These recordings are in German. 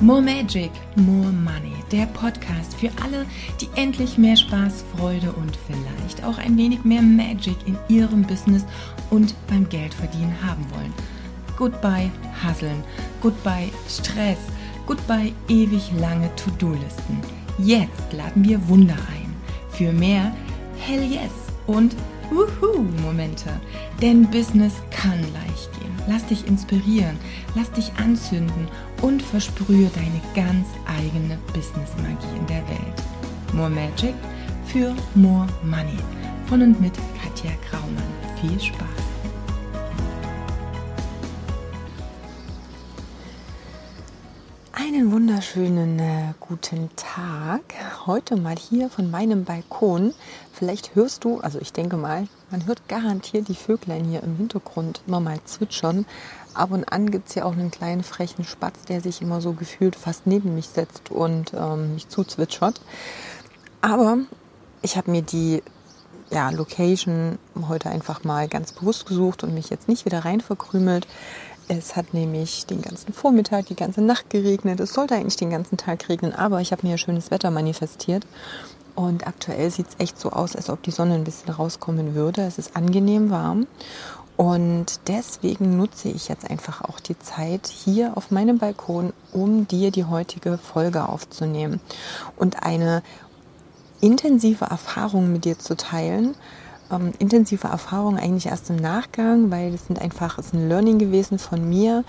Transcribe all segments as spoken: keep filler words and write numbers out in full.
More Magic, More Money, der Podcast für alle, die endlich mehr Spaß, Freude und vielleicht auch ein wenig mehr Magic in ihrem Business und beim Geldverdienen haben wollen. Goodbye Hustlen, goodbye Stress, goodbye ewig lange To-Do-Listen. Jetzt laden wir Wunder ein für mehr Hell Yes und Wuhu-Momente. Denn Business kann leicht gehen. Lass dich inspirieren, lass dich anzünden und versprühe deine ganz eigene Business-Magie in der Welt. More Magic für More Money. Von und mit Katja Graumann. Viel Spaß! Einen wunderschönen äh, guten Tag. Heute mal hier von meinem Balkon. Vielleicht hörst du, also ich denke mal, man hört garantiert die Vöglein hier im Hintergrund immer mal zwitschern. Ab und an gibt es ja auch einen kleinen frechen Spatz, der sich immer so gefühlt fast neben mich setzt und ähm, mich zuzwitschert. Aber ich habe mir die ja, Location heute einfach mal ganz bewusst gesucht und mich jetzt nicht wieder rein verkrümelt. Es hat nämlich den ganzen Vormittag, die ganze Nacht geregnet. Es sollte eigentlich den ganzen Tag regnen, aber ich habe mir schönes Wetter manifestiert. Und aktuell sieht es echt so aus, als ob die Sonne ein bisschen rauskommen würde. Es ist angenehm warm. Und deswegen nutze ich jetzt einfach auch die Zeit hier auf meinem Balkon, um dir die heutige Folge aufzunehmen und eine intensive Erfahrung mit dir zu teilen. Ähm, intensive Erfahrung eigentlich erst im Nachgang, weil das sind einfach, es ist ein Learning gewesen von mir,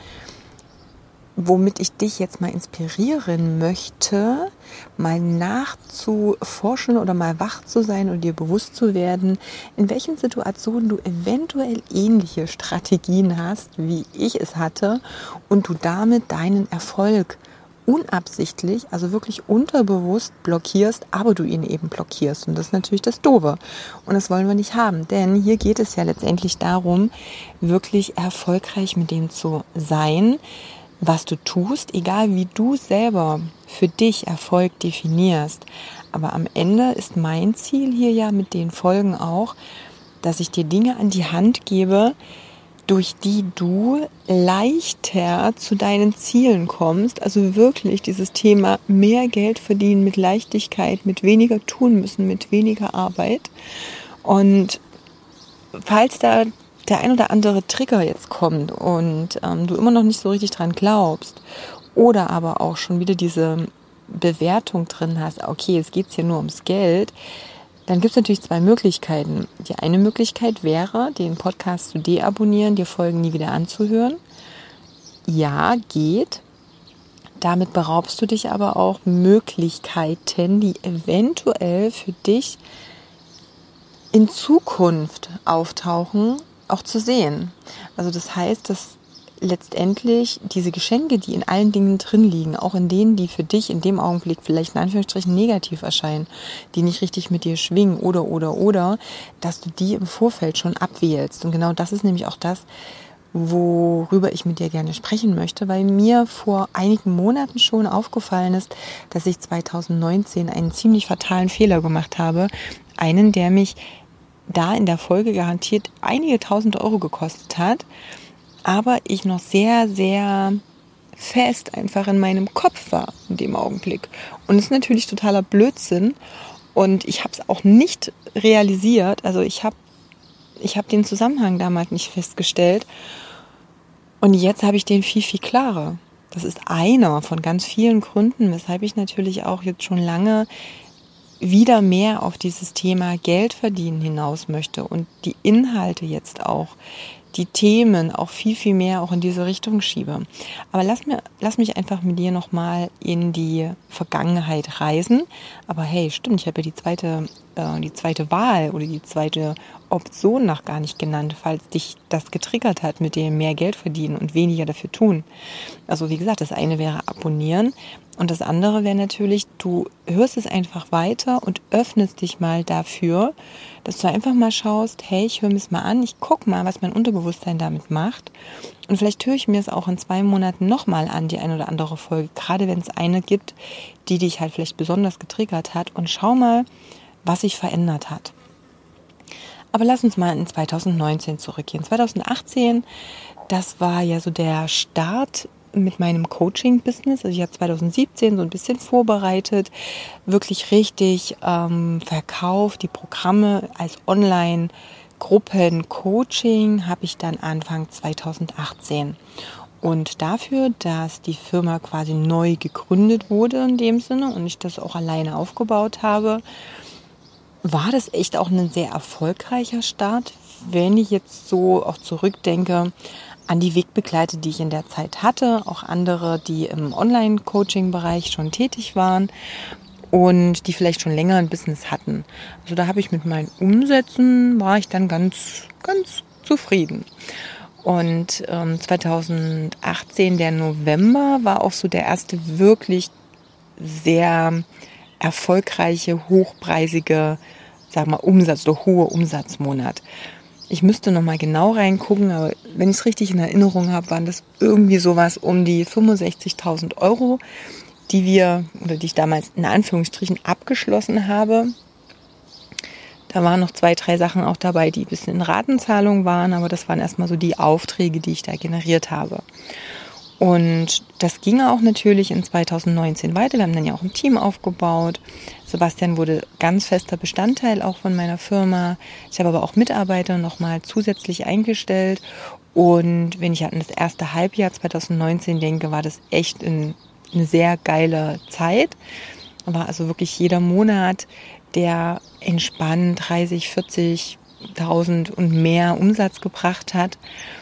womit ich dich jetzt mal inspirieren möchte, mal nachzuforschen oder mal wach zu sein und dir bewusst zu werden, in welchen Situationen du eventuell ähnliche Strategien hast, wie ich es hatte, und du damit deinen Erfolg unabsichtlich, also wirklich unterbewusst blockierst, aber du ihn eben blockierst. Und das ist natürlich das Doofe. Und das wollen wir nicht haben, denn hier geht es ja letztendlich darum, wirklich erfolgreich mit dem zu sein, was du tust, egal wie du selber für dich Erfolg definierst. Aber am Ende ist mein Ziel hier ja mit den Folgen auch, dass ich dir Dinge an die Hand gebe, durch die du leichter zu deinen Zielen kommst. Also wirklich dieses Thema mehr Geld verdienen mit Leichtigkeit, mit weniger tun müssen, mit weniger Arbeit. Und falls da der ein oder andere Trigger jetzt kommt und ähm, du immer noch nicht so richtig dran glaubst oder aber auch schon wieder diese Bewertung drin hast, okay, es geht hier nur ums Geld, dann gibt es natürlich zwei Möglichkeiten. Die eine Möglichkeit wäre, den Podcast zu deabonnieren, dir Folgen nie wieder anzuhören. Ja, geht. Damit beraubst du dich aber auch Möglichkeiten, die eventuell für dich in Zukunft auftauchen, auch zu sehen. Also das heißt, dass letztendlich diese Geschenke, die in allen Dingen drin liegen, auch in denen, die für dich in dem Augenblick vielleicht in Anführungsstrichen negativ erscheinen, die nicht richtig mit dir schwingen oder, oder, oder, dass du die im Vorfeld schon abwählst. Und genau das ist nämlich auch das, worüber ich mit dir gerne sprechen möchte, weil mir vor einigen Monaten schon aufgefallen ist, dass ich zwanzig neunzehn einen ziemlich fatalen Fehler gemacht habe. Einen, der mich da in der Folge garantiert einige tausend Euro gekostet hat, aber ich noch sehr, sehr fest einfach in meinem Kopf war in dem Augenblick. Und es ist natürlich totaler Blödsinn und ich habe es auch nicht realisiert, also ich habe ich hab den Zusammenhang damals nicht festgestellt und jetzt habe ich den viel, viel klarer. Das ist einer von ganz vielen Gründen, weshalb ich natürlich auch jetzt schon lange wieder mehr auf dieses Thema Geld verdienen hinaus möchte und die Inhalte jetzt auch, die Themen auch viel, viel mehr auch in diese Richtung schiebe. Aber lass mir, lass mich einfach mit dir nochmal in die Vergangenheit reisen. Aber hey, stimmt, ich habe ja die zweite, äh, die zweite Wahl oder die zweite Option noch gar nicht genannt, falls dich das getriggert hat mit dem mehr Geld verdienen und weniger dafür tun. Also wie gesagt, das eine wäre abonnieren und das andere wäre natürlich, du hörst es einfach weiter und öffnest dich mal dafür, dass du einfach mal schaust, hey, ich höre mir es mal an, ich gucke mal, was mein Unterbewusstsein damit macht und vielleicht höre ich mir es auch in zwei Monaten nochmal an, die eine oder andere Folge, gerade wenn es eine gibt, die dich halt vielleicht besonders getriggert hat und schau mal, was sich verändert hat. Aber lass uns mal in zwanzig neunzehn zurückgehen. zwanzig achtzehn, das war ja so der Start mit meinem Coaching-Business, also ich habe zwanzig siebzehn so ein bisschen vorbereitet, wirklich richtig ähm, verkauft, die Programme als Online-Gruppen-Coaching habe ich dann Anfang zwanzig achtzehn. Und dafür, dass die Firma quasi neu gegründet wurde in dem Sinne und ich das auch alleine aufgebaut habe, war das echt auch ein sehr erfolgreicher Start, wenn ich jetzt so auch zurückdenke an die Wegbegleiter, die ich in der Zeit hatte, auch andere, die im Online-Coaching-Bereich schon tätig waren und die vielleicht schon länger ein Business hatten. Also da habe ich mit meinen Umsätzen, war ich dann ganz, ganz zufrieden. Und ähm, zwanzig achtzehn, der November, war auch so der erste wirklich sehr erfolgreiche, hochpreisige, sag mal, Umsatz oder hohe Umsatzmonat. Ich müsste noch mal genau reingucken, aber wenn ich es richtig in Erinnerung habe, waren das irgendwie sowas um die fünfundsechzigtausend Euro, die wir, oder die ich damals in Anführungsstrichen abgeschlossen habe. Da waren noch zwei, drei Sachen auch dabei, die ein bisschen in Ratenzahlung waren, aber das waren erstmal so die Aufträge, die ich da generiert habe. Und das ging auch natürlich in zwanzig neunzehn weiter. Wir haben dann ja auch ein Team aufgebaut. Sebastian wurde ganz fester Bestandteil auch von meiner Firma. Ich habe aber auch Mitarbeiter nochmal zusätzlich eingestellt. Und wenn ich an das erste Halbjahr zwanzig neunzehn denke, war das echt ein, eine sehr geile Zeit. War also wirklich jeder Monat, der entspannt dreißig, vierzigtausend und mehr Umsatz gebracht hat.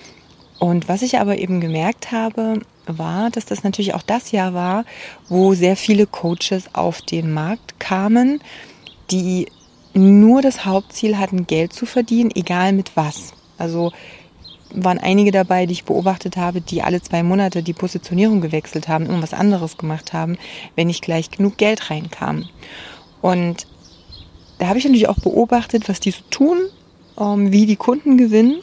Und was ich aber eben gemerkt habe, war, dass das natürlich auch das Jahr war, wo sehr viele Coaches auf den Markt kamen, die nur das Hauptziel hatten, Geld zu verdienen, egal mit was. Also waren einige dabei, die ich beobachtet habe, die alle zwei Monate die Positionierung gewechselt haben, irgendwas anderes gemacht haben, wenn nicht gleich genug Geld reinkam. Und da habe ich natürlich auch beobachtet, was die so tun, wie die Kunden gewinnen.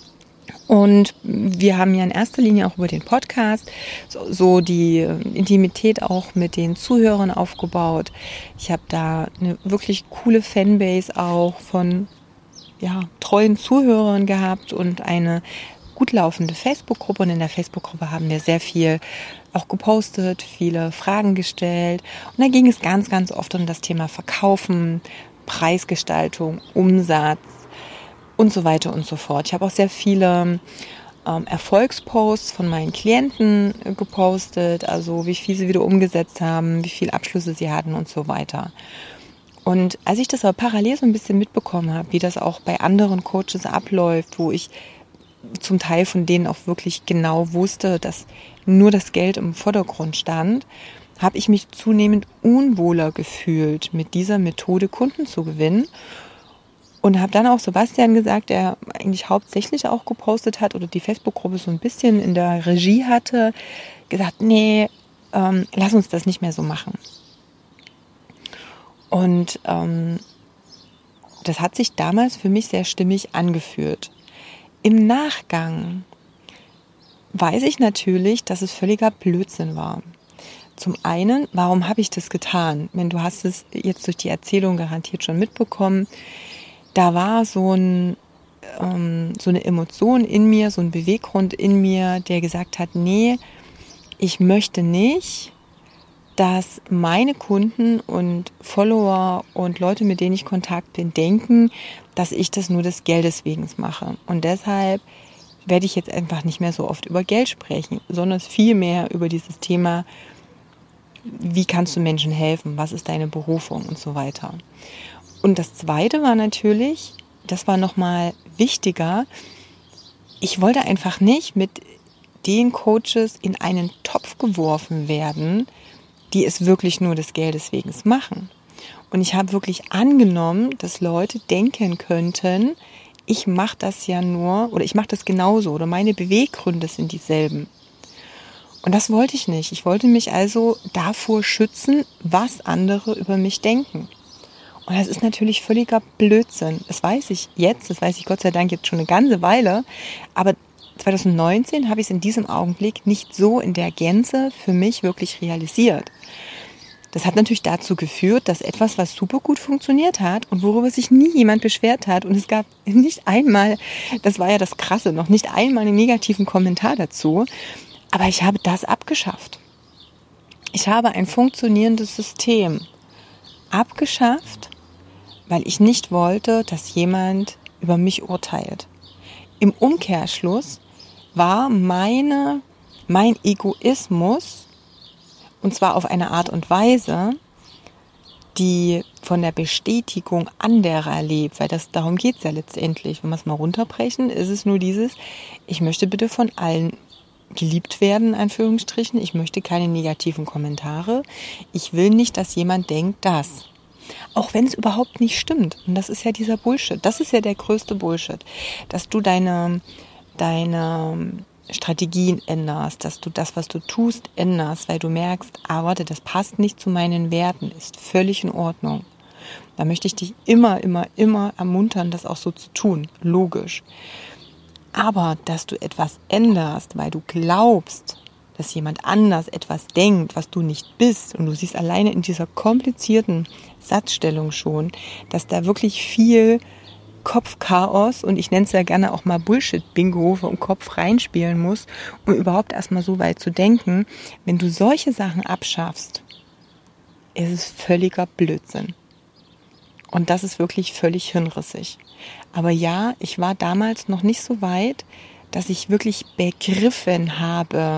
Und wir haben ja in erster Linie auch über den Podcast so, so die Intimität auch mit den Zuhörern aufgebaut. Ich habe da eine wirklich coole Fanbase auch von ja, treuen Zuhörern gehabt und eine gut laufende Facebook-Gruppe. Und in der Facebook-Gruppe haben wir sehr viel auch gepostet, viele Fragen gestellt. Und da ging es ganz, ganz oft um das Thema Verkaufen, Preisgestaltung, Umsatz und so weiter und so fort. Ich habe auch sehr viele ähm, Erfolgsposts von meinen Klienten gepostet, also wie viel sie wieder umgesetzt haben, wie viele Abschlüsse sie hatten und so weiter. Und als ich das aber parallel so ein bisschen mitbekommen habe, wie das auch bei anderen Coaches abläuft, wo ich zum Teil von denen auch wirklich genau wusste, dass nur das Geld im Vordergrund stand, habe ich mich zunehmend unwohler gefühlt, mit dieser Methode Kunden zu gewinnen. Und habe dann auch Sebastian gesagt, der eigentlich hauptsächlich auch gepostet hat oder die Facebook-Gruppe so ein bisschen in der Regie hatte, gesagt, nee, ähm, lass uns das nicht mehr so machen. Und ähm, das hat sich damals für mich sehr stimmig angefühlt. Im Nachgang weiß ich natürlich, dass es völliger Blödsinn war. Zum einen, warum habe ich das getan? Wenn du hast es jetzt durch die Erzählung garantiert schon mitbekommen, da war so, ein, ähm, so eine Emotion in mir, so ein Beweggrund in mir, der gesagt hat, nee, ich möchte nicht, dass meine Kunden und Follower und Leute, mit denen ich Kontakt bin, denken, dass ich das nur des Geldes wegen mache. Und deshalb werde ich jetzt einfach nicht mehr so oft über Geld sprechen, sondern viel mehr über dieses Thema, wie kannst du Menschen helfen, was ist deine Berufung und so weiter. Und das Zweite war natürlich, das war nochmal wichtiger, ich wollte einfach nicht mit den Coaches in einen Topf geworfen werden, die es wirklich nur des Geldes wegen machen. Und ich habe wirklich angenommen, dass Leute denken könnten, ich mache das ja nur oder ich mache das genauso oder meine Beweggründe sind dieselben. Und das wollte ich nicht. Ich wollte mich also davor schützen, was andere über mich denken. Und das ist natürlich völliger Blödsinn. Das weiß ich jetzt, das weiß ich Gott sei Dank jetzt schon eine ganze Weile. Aber zwanzig neunzehn habe ich es in diesem Augenblick nicht so in der Gänze für mich wirklich realisiert. Das hat natürlich dazu geführt, dass etwas, was super gut funktioniert hat und worüber sich nie jemand beschwert hat, und es gab nicht einmal, das war ja das Krasse, noch nicht einmal einen negativen Kommentar dazu, Aber ich habe das abgeschafft. Ich habe ein funktionierendes System abgeschafft, weil ich nicht wollte, dass jemand über mich urteilt. Im Umkehrschluss war meine, mein Egoismus, und zwar auf eine Art und Weise, die von der Bestätigung anderer lebt, weil das darum geht es ja letztendlich. Wenn wir es mal runterbrechen, ist es nur dieses, ich möchte bitte von allen geliebt werden, in Anführungsstrichen. Ich möchte keine negativen Kommentare. Ich will nicht, dass jemand denkt, das. Auch wenn es überhaupt nicht stimmt. Und das ist ja dieser Bullshit. Das ist ja der größte Bullshit. Dass du deine, deine Strategien änderst, dass du das, was du tust, änderst, weil du merkst, ah, warte, das passt nicht zu meinen Werten, ist völlig in Ordnung. Da möchte ich dich immer, immer, immer ermuntern, das auch so zu tun. Logisch. Aber dass du etwas änderst, weil du glaubst, dass jemand anders etwas denkt, was du nicht bist, und du siehst alleine in dieser komplizierten Satzstellung schon, dass da wirklich viel Kopfchaos, und ich nenne es ja gerne auch mal Bullshit-Bingo, vom Kopf reinspielen muss, um überhaupt erstmal so weit zu denken. Wenn du solche Sachen abschaffst, ist es völliger Blödsinn. Und das ist wirklich völlig hirnrissig. Aber ja, ich war damals noch nicht so weit, dass ich wirklich begriffen habe,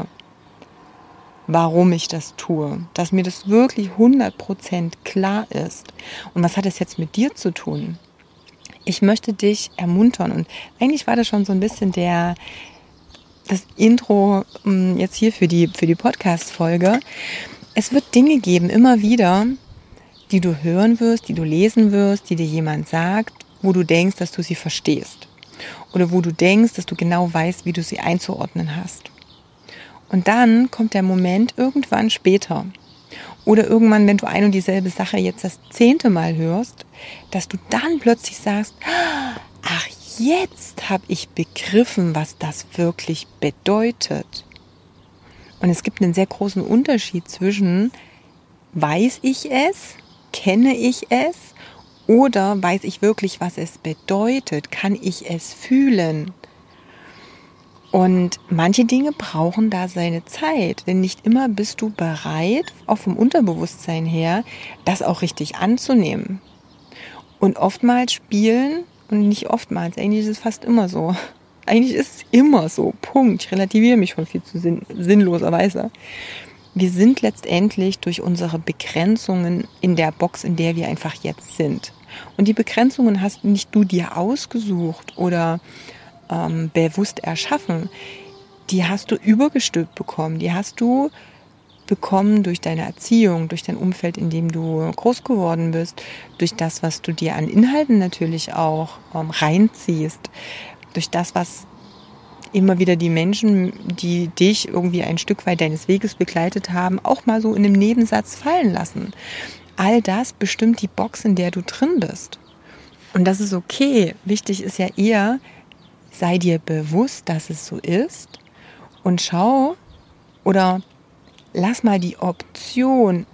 warum ich das tue. Dass mir das wirklich hundert Prozent klar ist. Und was hat es jetzt mit dir zu tun? Ich möchte dich ermuntern. Und eigentlich war das schon so ein bisschen der, das Intro jetzt hier für die, für die Podcast-Folge. Es wird Dinge geben, immer wieder, die du hören wirst, die du lesen wirst, die dir jemand sagt, wo du denkst, dass du sie verstehst. Oder wo du denkst, dass du genau weißt, wie du sie einzuordnen hast. Und dann kommt der Moment irgendwann später. Oder irgendwann, wenn du ein und dieselbe Sache jetzt das zehnte Mal hörst, dass du dann plötzlich sagst, ach, jetzt habe ich begriffen, was das wirklich bedeutet. Und es gibt einen sehr großen Unterschied zwischen, weiß ich es, kenne ich es, oder weiß ich wirklich, was es bedeutet, kann ich es fühlen. Und manche Dinge brauchen da seine Zeit, denn nicht immer bist du bereit, auch vom Unterbewusstsein her, das auch richtig anzunehmen. Und oftmals spielen, und nicht oftmals, eigentlich ist es fast immer so, eigentlich ist es immer so, Punkt, ich relativiere mich schon viel zu sinn- sinnloserweise. Wir sind letztendlich durch unsere Begrenzungen in der Box, in der wir einfach jetzt sind. Und die Begrenzungen hast nicht du dir ausgesucht oder ähm, bewusst erschaffen. Die hast du übergestülpt bekommen. Die hast du bekommen durch deine Erziehung, durch dein Umfeld, in dem du groß geworden bist, durch das, was du dir an Inhalten natürlich auch ähm, reinziehst, durch das, was immer wieder die Menschen, die dich irgendwie ein Stück weit deines Weges begleitet haben, auch mal so in einem Nebensatz fallen lassen. All das bestimmt die Box, in der du drin bist. Und das ist okay. Wichtig ist ja eher, sei dir bewusst, dass es so ist, und schau oder lass mal die Option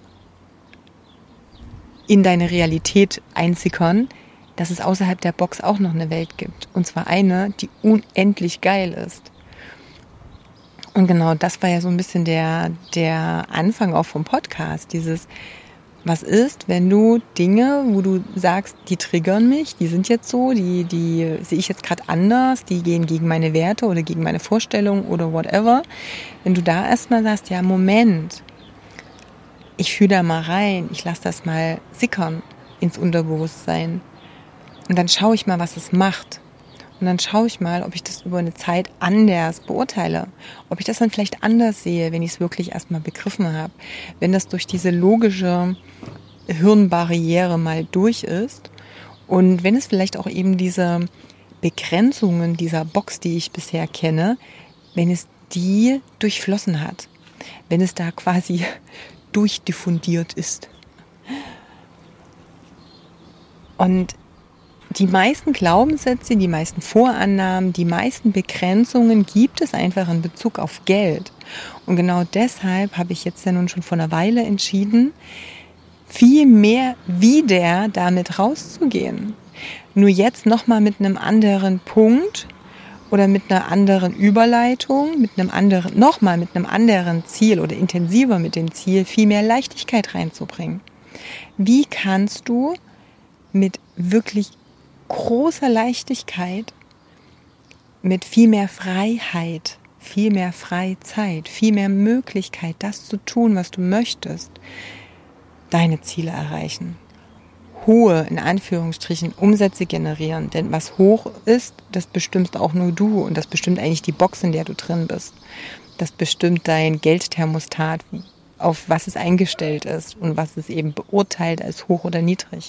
in deine Realität einsickern, dass es außerhalb der Box auch noch eine Welt gibt. Und zwar eine, die unendlich geil ist. Und genau das war ja so ein bisschen der, der Anfang auch vom Podcast. Dieses, was ist, wenn du Dinge, wo du sagst, die triggern mich, die sind jetzt so, die, die sehe ich jetzt gerade anders, die gehen gegen meine Werte oder gegen meine Vorstellungen oder whatever. Wenn du da erstmal sagst, ja, Moment, ich fühle da mal rein, ich lasse das mal sickern ins Unterbewusstsein. Und dann schaue ich mal, was es macht. Und dann schaue ich mal, ob ich das über eine Zeit anders beurteile. Ob ich das dann vielleicht anders sehe, wenn ich es wirklich erstmal begriffen habe. Wenn das durch diese logische Hirnbarriere mal durch ist. Und wenn es vielleicht auch eben diese Begrenzungen dieser Box, die ich bisher kenne, wenn es die durchflossen hat. Wenn es da quasi durchdiffundiert ist. Und die meisten Glaubenssätze, die meisten Vorannahmen, die meisten Begrenzungen gibt es einfach in Bezug auf Geld. Und genau deshalb habe ich jetzt ja nun schon vor einer Weile entschieden, viel mehr wieder damit rauszugehen. Nur jetzt nochmal mit einem anderen Punkt oder mit einer anderen Überleitung, mit einem anderen, nochmal mit einem anderen Ziel oder intensiver mit dem Ziel, viel mehr Leichtigkeit reinzubringen? Wie kannst du mit wirklich großer Leichtigkeit, mit viel mehr Freiheit, viel mehr Freizeit, viel mehr Möglichkeit, das zu tun, was du möchtest, deine Ziele erreichen? Hohe, in Anführungsstrichen, Umsätze generieren. Denn was hoch ist, das bestimmst auch nur du. Und das bestimmt eigentlich die Box, in der du drin bist. Das bestimmt dein Geldthermostat, auf was es eingestellt ist und was es eben beurteilt als hoch oder niedrig.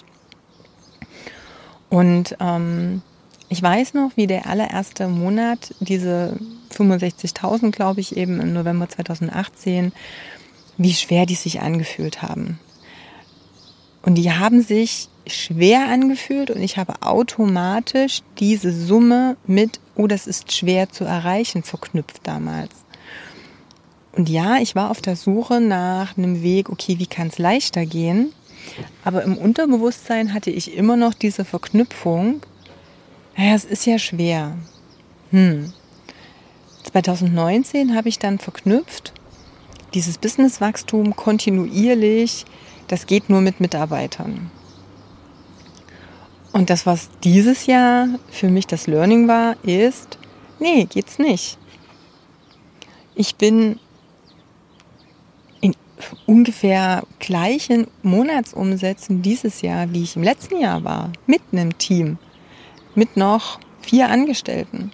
Und ähm, ich weiß noch, wie der allererste Monat, diese fünfundsechzigtausend, glaube ich, eben im November zweitausendachtzehn, wie schwer die sich angefühlt haben. Und die haben sich schwer angefühlt und ich habe automatisch diese Summe mit, oh, das ist schwer zu erreichen, verknüpft damals. Und ja, ich war auf der Suche nach einem Weg, okay, wie kann es leichter gehen? Aber im Unterbewusstsein hatte ich immer noch diese Verknüpfung, naja, es ist ja schwer. Hm. zweitausendneunzehn habe ich dann verknüpft, dieses Businesswachstum kontinuierlich, das geht nur mit Mitarbeitern. Und das, was dieses Jahr für mich das Learning war, ist, nee, geht's nicht. Ich bin in ungefähr gleichen Monatsumsätzen dieses Jahr, wie ich im letzten Jahr war, mit einem Team, mit noch vier Angestellten.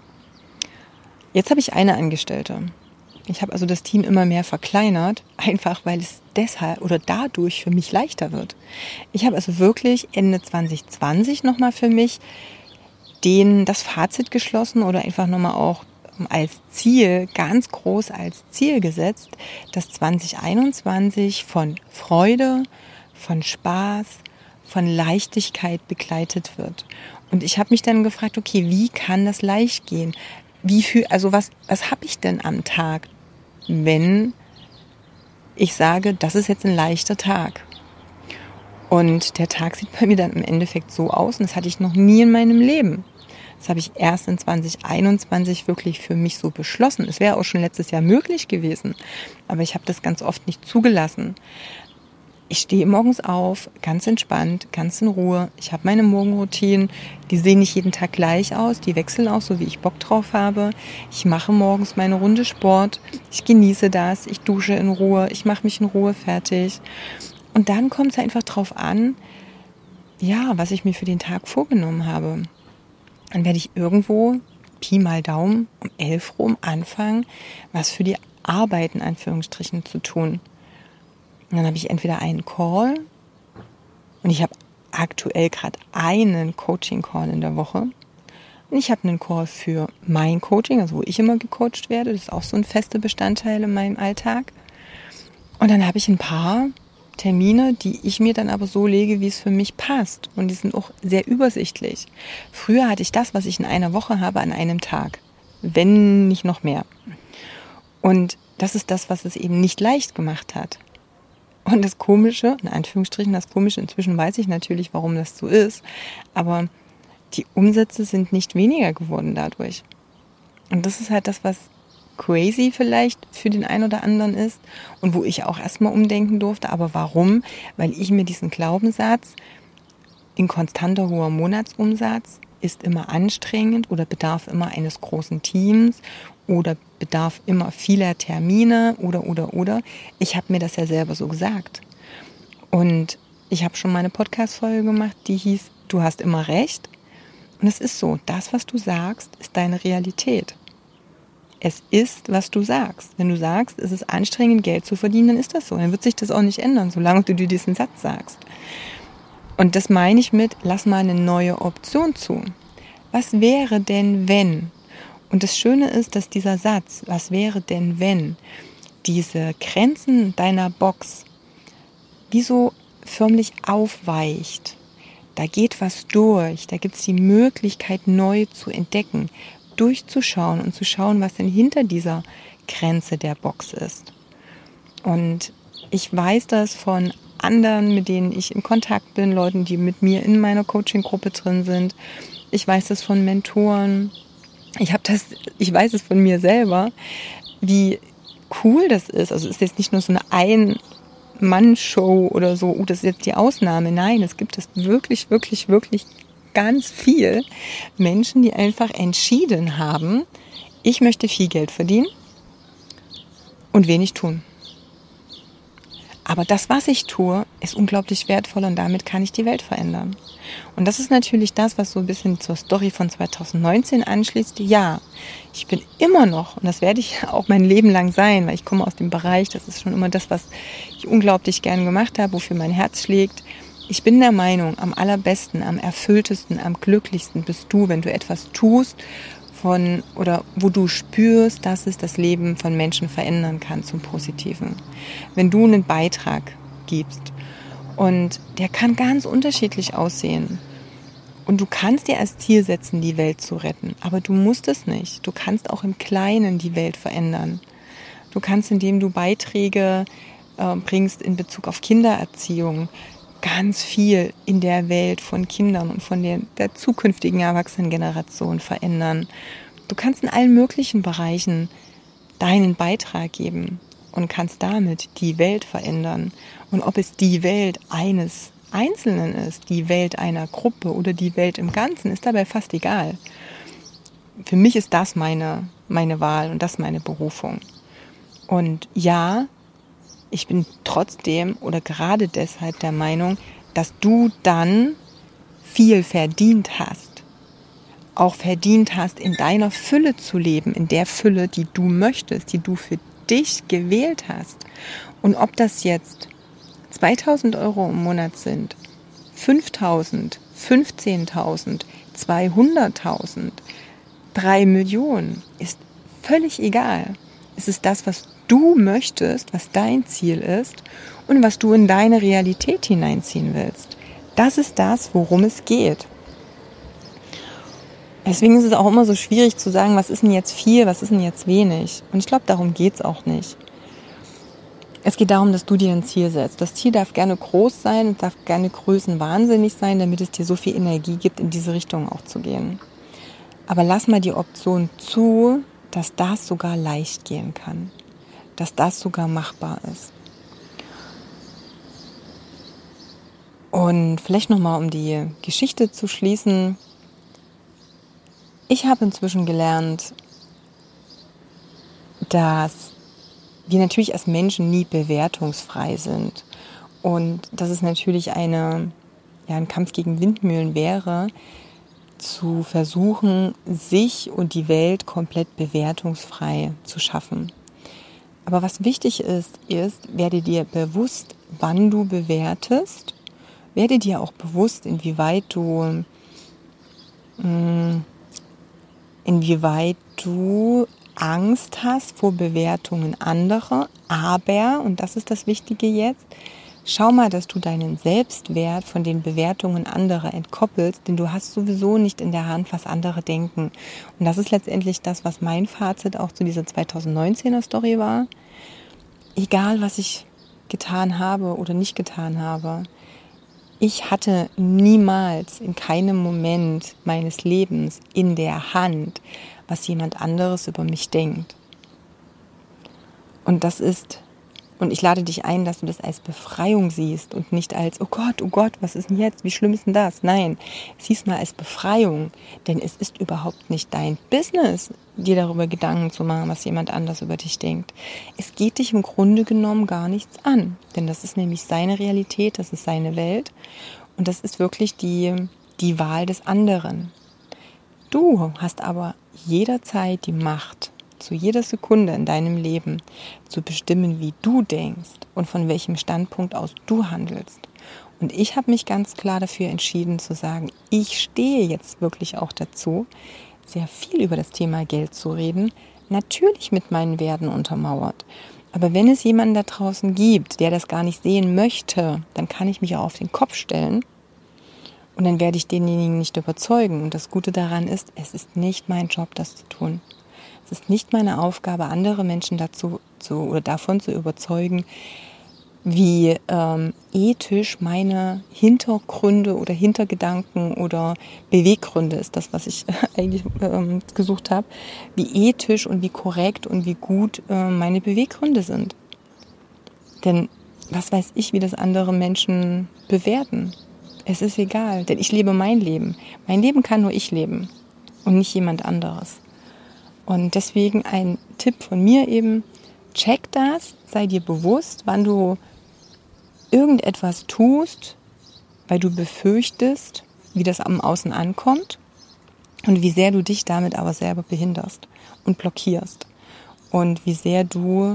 Jetzt habe ich eine Angestellte. Ich habe also das Team immer mehr verkleinert, einfach weil es deshalb oder dadurch für mich leichter wird. Ich habe also wirklich Ende zwanzig zwanzig nochmal für mich den, das Fazit geschlossen oder einfach nochmal auch als Ziel, ganz groß als Ziel gesetzt, dass zwanzig einundzwanzig von Freude, von Spaß, von Leichtigkeit begleitet wird. Und ich habe mich dann gefragt, okay, wie kann das leicht gehen? Wie viel, also was, was habe ich denn am Tag, wenn ich sage, das ist jetzt ein leichter Tag? Und der Tag sieht bei mir dann im Endeffekt so aus, und das hatte ich noch nie in meinem Leben. Das habe ich erst in zwanzig einundzwanzig wirklich für mich so beschlossen. Es wäre auch schon letztes Jahr möglich gewesen, aber ich habe das ganz oft nicht zugelassen. Ich stehe morgens auf, ganz entspannt, ganz in Ruhe. Ich habe meine Morgenroutinen, die sehen nicht jeden Tag gleich aus, die wechseln auch so, wie ich Bock drauf habe. Ich mache morgens meine Runde Sport, ich genieße das, ich dusche in Ruhe, ich mache mich in Ruhe fertig. Und dann kommt es einfach drauf an, ja, was ich mir für den Tag vorgenommen habe. Dann werde ich irgendwo, Pi mal Daumen, um elf rum anfangen, was für die Arbeit in Anführungsstrichen zu tun. Und dann habe ich entweder einen Call und ich habe aktuell gerade einen Coaching-Call in der Woche. Und ich habe einen Call für mein Coaching, also wo ich immer gecoacht werde. Das ist auch so ein fester Bestandteil in meinem Alltag. Und dann habe ich ein paar Termine, die ich mir dann aber so lege, wie es für mich passt. Und die sind auch sehr übersichtlich. Früher hatte ich das, was ich in einer Woche habe, an einem Tag. Wenn nicht noch mehr. Und das ist das, was es eben nicht leicht gemacht hat. Und das Komische, in Anführungsstrichen das Komische, inzwischen weiß ich natürlich, warum das so ist, aber die Umsätze sind nicht weniger geworden dadurch. Und das ist halt das, was crazy vielleicht für den einen oder anderen ist und wo ich auch erstmal umdenken durfte. Aber warum? Weil ich mir diesen Glaubenssatz, in konstanter hoher Monatsumsatz ist immer anstrengend oder bedarf immer eines großen Teams oder bedarf immer vieler Termine oder, oder, oder. Ich habe mir das ja selber so gesagt. Und ich habe schon mal eine Podcast-Folge gemacht, die hieß, du hast immer recht. Und es ist so, das, was du sagst, ist deine Realität. Es ist, was du sagst. Wenn du sagst, es ist anstrengend, Geld zu verdienen, dann ist das so. Dann wird sich das auch nicht ändern, solange du dir diesen Satz sagst. Und das meine ich mit, lass mal eine neue Option zu. Was wäre denn, wenn? Und das Schöne ist, dass dieser Satz, was wäre denn, wenn, diese Grenzen deiner Box wie so förmlich aufweicht. Da geht was durch, da gibt es die Möglichkeit, neu zu entdecken, durchzuschauen und zu schauen, was denn hinter dieser Grenze der Box ist. Und ich weiß das von anderen, mit denen ich in Kontakt bin, Leuten, die mit mir in meiner Coaching-Gruppe drin sind. Ich weiß das von Mentoren. Ich habe das, ich weiß es von mir selber, wie cool das ist. Also es ist jetzt nicht nur so eine Ein-Mann-Show oder so, oh, das ist jetzt die Ausnahme. Nein, es gibt es wirklich, wirklich, wirklich ganz viel Menschen, die einfach entschieden haben, ich möchte viel Geld verdienen und wenig tun. Aber das, was ich tue, ist unglaublich wertvoll und damit kann ich die Welt verändern. Und das ist natürlich das, was so ein bisschen zur Story von zwanzig neunzehn anschließt. Ja, ich bin immer noch, und das werde ich auch mein Leben lang sein, weil ich komme aus dem Bereich, das ist schon immer das, was ich unglaublich gern gemacht habe, wofür mein Herz schlägt. Ich bin der Meinung, am allerbesten, am erfülltesten, am glücklichsten bist du, wenn du etwas tust, von oder wo du spürst, dass es das Leben von Menschen verändern kann zum Positiven. Wenn du einen Beitrag gibst und der kann ganz unterschiedlich aussehen und du kannst dir als Ziel setzen, die Welt zu retten, aber du musst es nicht. Du kannst auch im Kleinen die Welt verändern. Du kannst, indem du Beiträge äh, bringst in Bezug auf Kindererziehung, ganz viel in der Welt von Kindern und von der, der zukünftigen Erwachsenengeneration verändern. Du kannst in allen möglichen Bereichen deinen Beitrag geben und kannst damit die Welt verändern. Und ob es die Welt eines Einzelnen ist, die Welt einer Gruppe oder die Welt im Ganzen, ist dabei fast egal. Für mich ist das meine, meine Wahl und das meine Berufung. Und ja, ich bin trotzdem oder gerade deshalb der Meinung, dass du dann viel verdient hast. Auch verdient hast, in deiner Fülle zu leben, in der Fülle, die du möchtest, die du für dich gewählt hast. Und ob das jetzt zweitausend Euro im Monat sind, fünftausend, fünfzehntausend, zweihunderttausend, drei Millionen, ist völlig egal. Es ist das, was du möchtest, was dein Ziel ist und was du in deine Realität hineinziehen willst. Das ist das, worum es geht. Deswegen ist es auch immer so schwierig zu sagen, was ist denn jetzt viel, was ist denn jetzt wenig. Und ich glaube, darum geht es auch nicht. Es geht darum, dass du dir ein Ziel setzt. Das Ziel darf gerne groß sein, darf gerne größenwahnsinnig sein, damit es dir so viel Energie gibt, in diese Richtung auch zu gehen. Aber lass mal die Option zu, dass das sogar leicht gehen kann. Dass das sogar machbar ist. Und vielleicht nochmal, um die Geschichte zu schließen. Ich habe inzwischen gelernt, dass wir natürlich als Menschen nie bewertungsfrei sind. Und dass es natürlich eine, ja, ein Kampf gegen Windmühlen wäre, zu versuchen, sich und die Welt komplett bewertungsfrei zu schaffen. Aber was wichtig ist, ist, werde dir bewusst, wann du bewertest. Werde dir auch bewusst, inwieweit du, mh, inwieweit du Angst hast vor Bewertungen anderer. Aber, und das ist das Wichtige jetzt, schau mal, dass du deinen Selbstwert von den Bewertungen anderer entkoppelst, denn du hast sowieso nicht in der Hand, was andere denken. Und das ist letztendlich das, was mein Fazit auch zu dieser zwanzig neunzehner Story war. Egal, was ich getan habe oder nicht getan habe, ich hatte niemals in keinem Moment meines Lebens in der Hand, was jemand anderes über mich denkt. Und das ist, und ich lade dich ein, dass du das als Befreiung siehst und nicht als, oh Gott, oh Gott, was ist denn jetzt, wie schlimm ist denn das? Nein, sieh es mal als Befreiung, denn es ist überhaupt nicht dein Business, dir darüber Gedanken zu machen, was jemand anders über dich denkt. Es geht dich im Grunde genommen gar nichts an, denn das ist nämlich seine Realität, das ist seine Welt und das ist wirklich die, die Wahl des anderen. Du hast aber jederzeit die Macht, zu jeder Sekunde in deinem Leben zu bestimmen, wie du denkst und von welchem Standpunkt aus du handelst. Und ich habe mich ganz klar dafür entschieden zu sagen, ich stehe jetzt wirklich auch dazu, sehr viel über das Thema Geld zu reden, natürlich mit meinen Werten untermauert. Aber wenn es jemanden da draußen gibt, der das gar nicht sehen möchte, dann kann ich mich auch auf den Kopf stellen und dann werde ich denjenigen nicht überzeugen. Und das Gute daran ist, es ist nicht mein Job, das zu tun. Es ist nicht meine Aufgabe, andere Menschen dazu zu, oder davon zu überzeugen, wie ähm, ethisch meine Hintergründe oder Hintergedanken oder Beweggründe ist das, was ich eigentlich ähm, gesucht habe, wie ethisch und wie korrekt und wie gut äh, meine Beweggründe sind. Denn was weiß ich, wie das andere Menschen bewerten? Es ist egal, denn ich lebe mein Leben. Mein Leben kann nur ich leben und nicht jemand anderes. Und deswegen ein Tipp von mir eben, check das, sei dir bewusst, wann du irgendetwas tust, weil du befürchtest, wie das am Außen ankommt und wie sehr du dich damit aber selber behinderst und blockierst und wie sehr du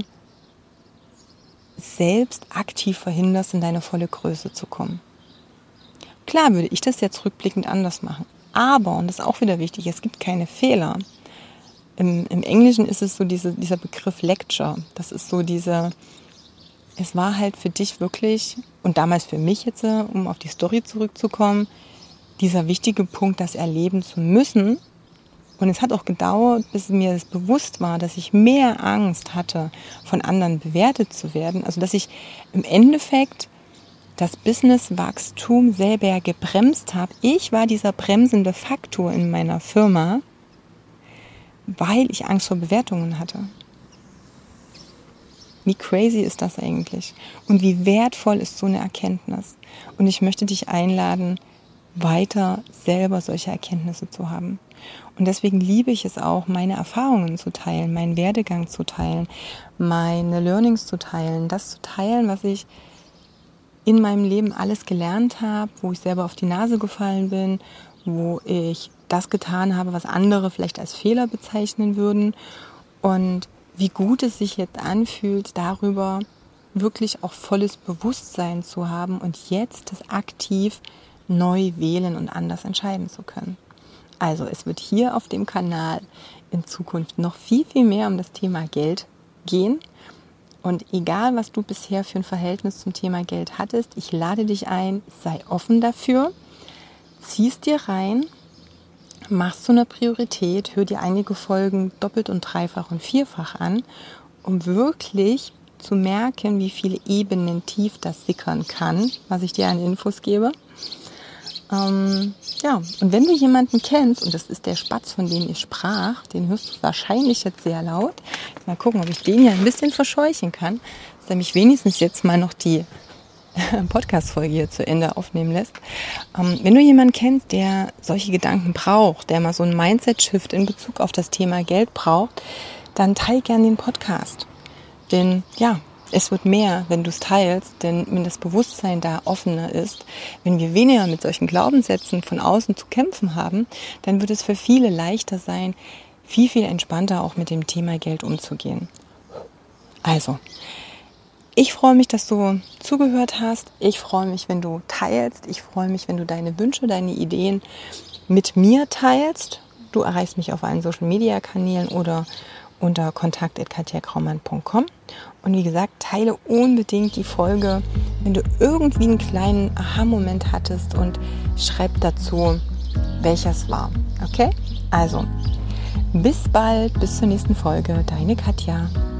selbst aktiv verhinderst, in deine volle Größe zu kommen. Klar würde ich das jetzt rückblickend anders machen, aber, und das ist auch wieder wichtig, es gibt keine Fehler. Im, im Englischen ist es so diese, dieser Begriff Lecture, das ist so diese, es war halt für dich wirklich, und damals für mich jetzt, um auf die Story zurückzukommen, dieser wichtige Punkt, das erleben zu müssen. Und es hat auch gedauert, bis mir das bewusst war, dass ich mehr Angst hatte, von anderen bewertet zu werden. Also dass ich im Endeffekt das Businesswachstum selber gebremst habe. Ich war dieser bremsende Faktor in meiner Firma, weil ich Angst vor Bewertungen hatte. Wie crazy ist das eigentlich? Und wie wertvoll ist so eine Erkenntnis? Und ich möchte dich einladen, weiter selber solche Erkenntnisse zu haben. Und deswegen liebe ich es auch, meine Erfahrungen zu teilen, meinen Werdegang zu teilen, meine Learnings zu teilen, das zu teilen, was ich in meinem Leben alles gelernt habe, wo ich selber auf die Nase gefallen bin, wo ich das getan habe, was andere vielleicht als Fehler bezeichnen würden und wie gut es sich jetzt anfühlt, darüber wirklich auch volles Bewusstsein zu haben und jetzt das aktiv neu wählen und anders entscheiden zu können. Also es wird hier auf dem Kanal in Zukunft noch viel, viel mehr um das Thema Geld gehen. Und egal, was du bisher für ein Verhältnis zum Thema Geld hattest, ich lade dich ein, sei offen dafür, ziehst dir rein, machst du eine Priorität, hör dir einige Folgen doppelt und dreifach und vierfach an, um wirklich zu merken, wie viele Ebenen tief das sickern kann, was ich dir an Infos gebe. Ähm, ja, und wenn du jemanden kennst, und das ist der Spatz, von dem ich sprach, den hörst du wahrscheinlich jetzt sehr laut. Mal gucken, ob ich den hier ein bisschen verscheuchen kann, dass er mich wenigstens jetzt mal noch die Podcast-Folge hier zu Ende aufnehmen lässt. Ähm, wenn du jemanden kennst, der solche Gedanken braucht, der mal so einen Mindset-Shift in Bezug auf das Thema Geld braucht, dann teil gern den Podcast. Denn ja, es wird mehr, wenn du es teilst, denn wenn das Bewusstsein da offener ist, wenn wir weniger mit solchen Glaubenssätzen von außen zu kämpfen haben, dann wird es für viele leichter sein, viel, viel entspannter auch mit dem Thema Geld umzugehen. Also, ich freue mich, dass du zugehört hast. Ich freue mich, wenn du teilst. Ich freue mich, wenn du deine Wünsche, deine Ideen mit mir teilst. Du erreichst mich auf allen Social-Media-Kanälen oder unter kontakt at katja kraumann punkt com. Und wie gesagt, teile unbedingt die Folge, wenn du irgendwie einen kleinen Aha-Moment hattest und schreib dazu, welches war. Okay? Also, bis bald, bis zur nächsten Folge. Deine Katja.